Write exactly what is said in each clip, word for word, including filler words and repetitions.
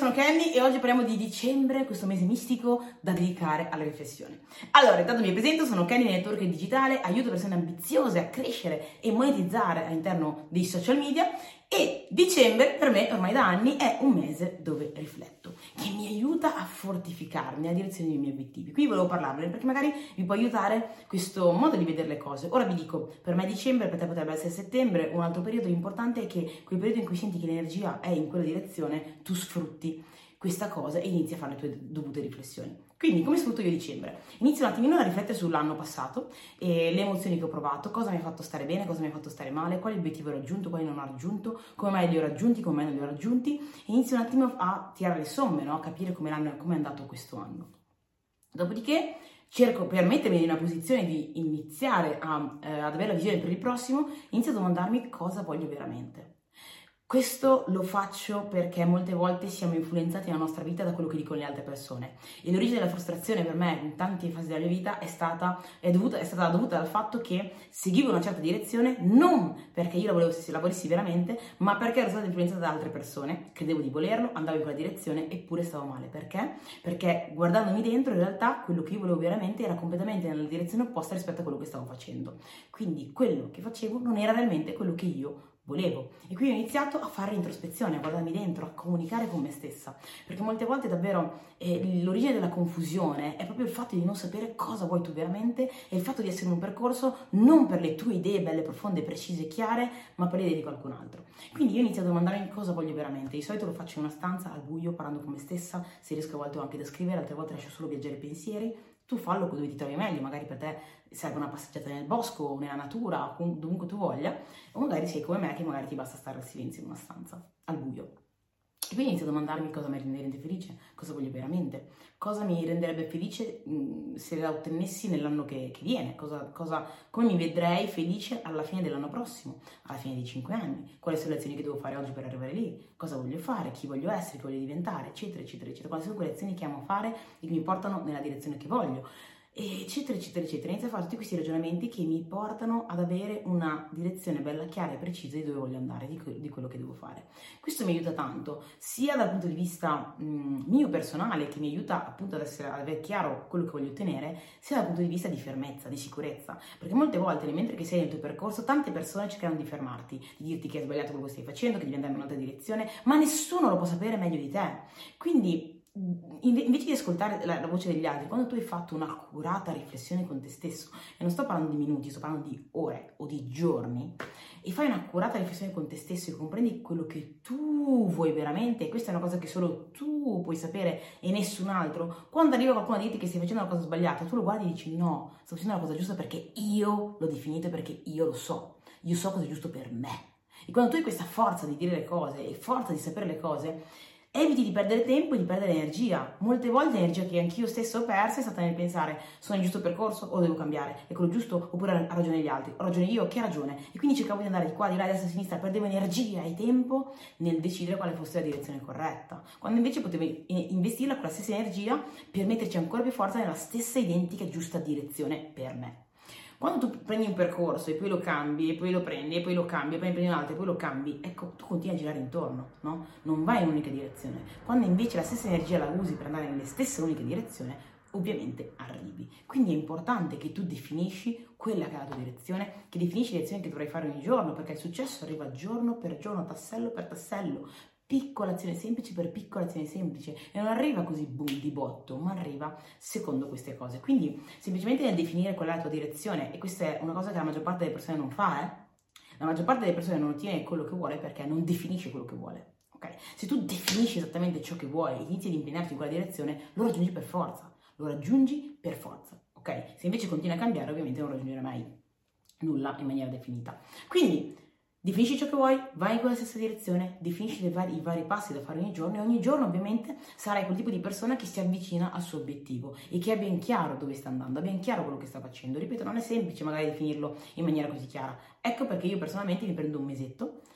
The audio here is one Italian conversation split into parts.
sono Candy e oggi parliamo di dicembre, questo mese mistico da dedicare alla riflessione. Allora, intanto mi presento, sono Candy, network digitale, aiuto persone ambiziose a crescere e monetizzare all'interno dei social media e dicembre per me ormai da anni è un mese dove rifletto, che mi aiuta a fortificarmi nella direzione dei miei obiettivi. Qui volevo parlarvene perché magari vi può aiutare questo modo di vedere le cose. Ora vi dico, per me dicembre, per te potrebbe essere settembre, un altro periodo importante è che quel periodo in cui senti che l'energia è in quella direzione, tu sfrutti questa cosa e inizi a fare le tue dovute riflessioni. Quindi, come sfrutto io dicembre? Inizio un attimino a riflettere sull'anno passato e le emozioni che ho provato, cosa mi ha fatto stare bene, cosa mi ha fatto stare male, quali obiettivi ho raggiunto, quali non ho raggiunto, come mai li ho raggiunti, come mai non li ho raggiunti. Inizio un attimo a tirare le somme, no? A capire come, l'anno, come è andato questo anno. Dopodiché cerco, per mettermi in una posizione di iniziare a, eh, ad avere la visione per il prossimo, inizio a domandarmi cosa voglio veramente. Questo lo faccio perché molte volte siamo influenzati nella nostra vita da quello che dicono le altre persone e l'origine della frustrazione per me in tante fasi della mia vita è stata, è dovuta, è stata dovuta dal fatto che seguivo una certa direzione non perché io la, volevo, la volessi veramente, ma perché ero stata influenzata da altre persone, credevo di volerlo, andavo in quella direzione eppure stavo male. Perché? Perché guardandomi dentro in realtà quello che io volevo veramente era completamente nella direzione opposta rispetto a quello che stavo facendo, quindi quello che facevo non era realmente quello che io volevo. E quindi ho iniziato a fare introspezione, a guardarmi dentro, a comunicare con me stessa, perché molte volte davvero eh, l'origine della confusione è proprio il fatto di non sapere cosa vuoi tu veramente e il fatto di essere in un percorso non per le tue idee belle, profonde, precise e chiare, ma per le idee di qualcun altro. Quindi io inizio a domandarmi cosa voglio veramente. Di solito lo faccio in una stanza al buio, parlando con me stessa, se riesco a volte anche da scrivere, altre volte lascio solo viaggiare i pensieri. Tu fallo dove ti trovi meglio, magari per te serve una passeggiata nel bosco o nella natura, dovunque tu voglia, o magari sei come me che magari ti basta stare al silenzio in una stanza, al buio. E quindi inizio a domandarmi cosa mi rende felice, cosa voglio veramente, cosa mi renderebbe felice mh, se la ottenessi nell'anno che, che viene, cosa, cosa, come mi vedrei felice alla fine dell'anno prossimo, alla fine dei cinque anni, quali sono le azioni che devo fare oggi per arrivare lì, cosa voglio fare, chi voglio essere, chi voglio diventare, eccetera, eccetera, eccetera, quali sono quelle azioni che amo fare e che mi portano nella direzione che voglio. Eccetera, eccetera, eccetera. Inizio a fare tutti questi ragionamenti che mi portano ad avere una direzione bella chiara e precisa di dove voglio andare, di, di quello che devo fare. Questo mi aiuta tanto, sia dal punto di vista mh, mio personale, che mi aiuta appunto ad, essere, ad avere chiaro quello che voglio ottenere, sia dal punto di vista di fermezza, di sicurezza. Perché molte volte, mentre che sei nel tuo percorso, tante persone cercano di fermarti, di dirti che hai sbagliato quello che stai facendo, che devi andare in un'altra direzione, ma nessuno lo può sapere meglio di te. Quindi, invece di ascoltare la, la voce degli altri, quando tu hai fatto un'accurata riflessione con te stesso, e non sto parlando di minuti, sto parlando di ore o di giorni, e fai un'accurata riflessione con te stesso e comprendi quello che tu vuoi veramente, e questa è una cosa che solo tu puoi sapere e nessun altro, quando arriva qualcuno a dirti che stai facendo una cosa sbagliata, tu lo guardi e dici no, sto facendo la cosa giusta perché io l'ho definito, perché io lo so, io so cosa è giusto per me. E quando tu hai questa forza di dire le cose e forza di sapere le cose, eviti di perdere tempo e di perdere energia. Molte volte l'energia che anch'io stesso ho perso è stata nel pensare sono nel giusto percorso o devo cambiare, è quello giusto oppure ha ragione gli altri, ho ragione io, che ha ragione? E quindi cercavo di andare di qua, di là, di destra, a sinistra, perdevo energia e tempo nel decidere quale fosse la direzione corretta, quando invece potevo investirla con la stessa energia per metterci ancora più forza nella stessa identica e giusta direzione per me. Quando tu prendi un percorso e poi lo cambi, e poi lo prendi, e poi lo cambi, e poi prendi un altro, e poi lo cambi, ecco, tu continui a girare intorno, no? Non vai in un'unica direzione. Quando invece la stessa energia la usi per andare nelle stesse uniche direzioni, ovviamente arrivi. Quindi è importante che tu definisci quella che è la tua direzione, che definisci le azioni che dovrai fare ogni giorno, perché il successo arriva giorno per giorno, tassello per tassello, piccola azione semplice per piccola azione semplice, e non arriva così boom di botto, ma arriva secondo queste cose. Quindi semplicemente nel definire qual è la tua direzione, e questa è una cosa che la maggior parte delle persone non fa, eh? La maggior parte delle persone non ottiene quello che vuole perché non definisce quello che vuole, ok? Se tu definisci esattamente ciò che vuoi e inizi ad impegnarti in quella direzione, lo raggiungi per forza, lo raggiungi per forza, ok? Se invece continui a cambiare, ovviamente non raggiungerai mai nulla in maniera definita. Quindi definisci ciò che vuoi, vai in quella stessa direzione, definisci i vari, i vari passi da fare ogni giorno, e ogni giorno ovviamente sarai quel tipo di persona che si avvicina al suo obiettivo e che ha ben chiaro dove sta andando, ha ben chiaro quello che sta facendo. Ripeto, non è semplice magari definirlo in maniera così chiara. Ecco perché io personalmente mi prendo un mesetto,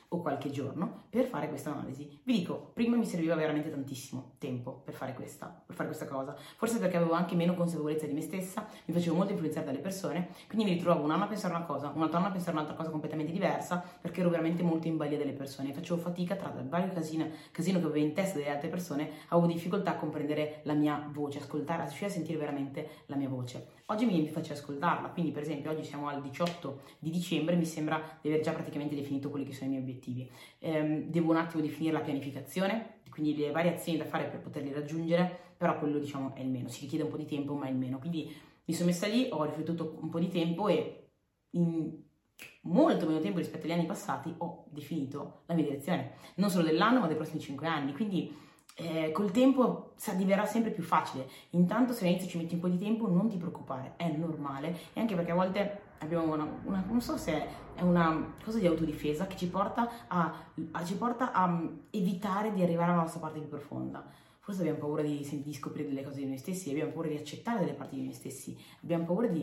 o qualche giorno per fare questa analisi. Vi dico, prima mi serviva veramente tantissimo tempo per fare questa, per fare questa cosa, forse perché avevo anche meno consapevolezza di me stessa, mi facevo molto influenzare dalle persone, quindi mi ritrovavo un anno a pensare una cosa, un altro anno a pensare un'altra cosa completamente diversa, perché ero veramente molto in balia delle persone, facevo fatica tra il vario casino, casino che avevo in testa delle altre persone, avevo difficoltà a comprendere la mia voce, ascoltare, a riuscire a sentire veramente la mia voce. Oggi mi faccio ascoltarla, quindi per esempio oggi siamo al diciotto di dicembre, mi sembra di aver già praticamente definito quelli che sono i miei obiettivi. Ehm, devo un attimo definire la pianificazione, quindi le varie azioni da fare per poterli raggiungere, però quello diciamo è il meno, si richiede un po' di tempo ma è il meno, quindi mi sono messa lì, ho riflettuto un po' di tempo e in molto meno tempo rispetto agli anni passati ho definito la mia direzione, non solo dell'anno ma dei prossimi cinque anni, quindi Eh, col tempo diverrà sempre più facile. Intanto se all'inizio ci metti un po' di tempo non ti preoccupare, è normale, e anche perché a volte abbiamo una, una non so se è una cosa di autodifesa che ci porta a, a, ci porta a um, evitare di arrivare alla nostra parte più profonda. Forse abbiamo paura di, di scoprire delle cose di noi stessi, abbiamo paura di accettare delle parti di noi stessi, abbiamo paura di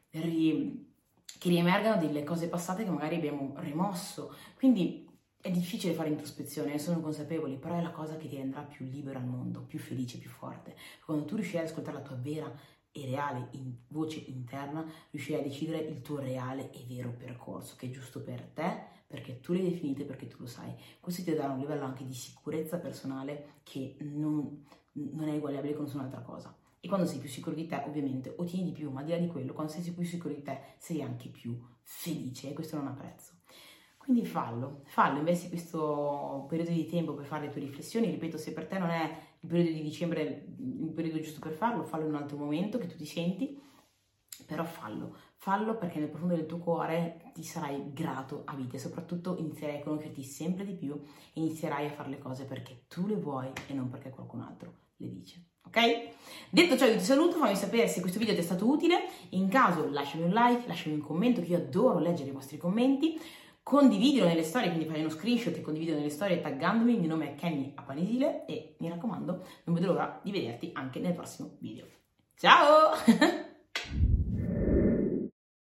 ri, che riemergano delle cose passate che magari abbiamo rimosso, quindi è difficile fare introspezione, ne sono consapevoli, però è la cosa che ti renderà più libero al mondo, più felice, più forte. Quando tu riuscirai ad ascoltare la tua vera e reale in voce interna, riuscirai a decidere il tuo reale e vero percorso, che è giusto per te, perché tu l'hai definito e perché tu lo sai. Questo ti darà un livello anche di sicurezza personale che non, non è uguagliabile con nessun'altra cosa. E quando sei più sicuro di te, ovviamente, ottieni di più, ma al di là di quello, quando sei più sicuro di te, sei anche più felice, e questo non ha prezzo. Quindi fallo, fallo, investi questo periodo di tempo per fare le tue riflessioni. Ripeto, se per te non è il periodo di dicembre il periodo giusto per farlo, fallo in un altro momento che tu ti senti, però fallo, fallo perché nel profondo del tuo cuore ti sarai grato a vita e soprattutto inizierai a conoscerti sempre di più e inizierai a fare le cose perché tu le vuoi e non perché qualcun altro le dice. Ok? Detto ciò io ti saluto, fammi sapere se questo video ti è stato utile, in caso lasciami un like, lasciami un commento che io adoro leggere i vostri commenti. Condividilo nelle storie, quindi fai uno screenshot e condividilo nelle storie taggandomi, il mio nome è Kenny Apanisile e mi raccomando, non vedo l'ora di vederti anche nel prossimo video. Ciao!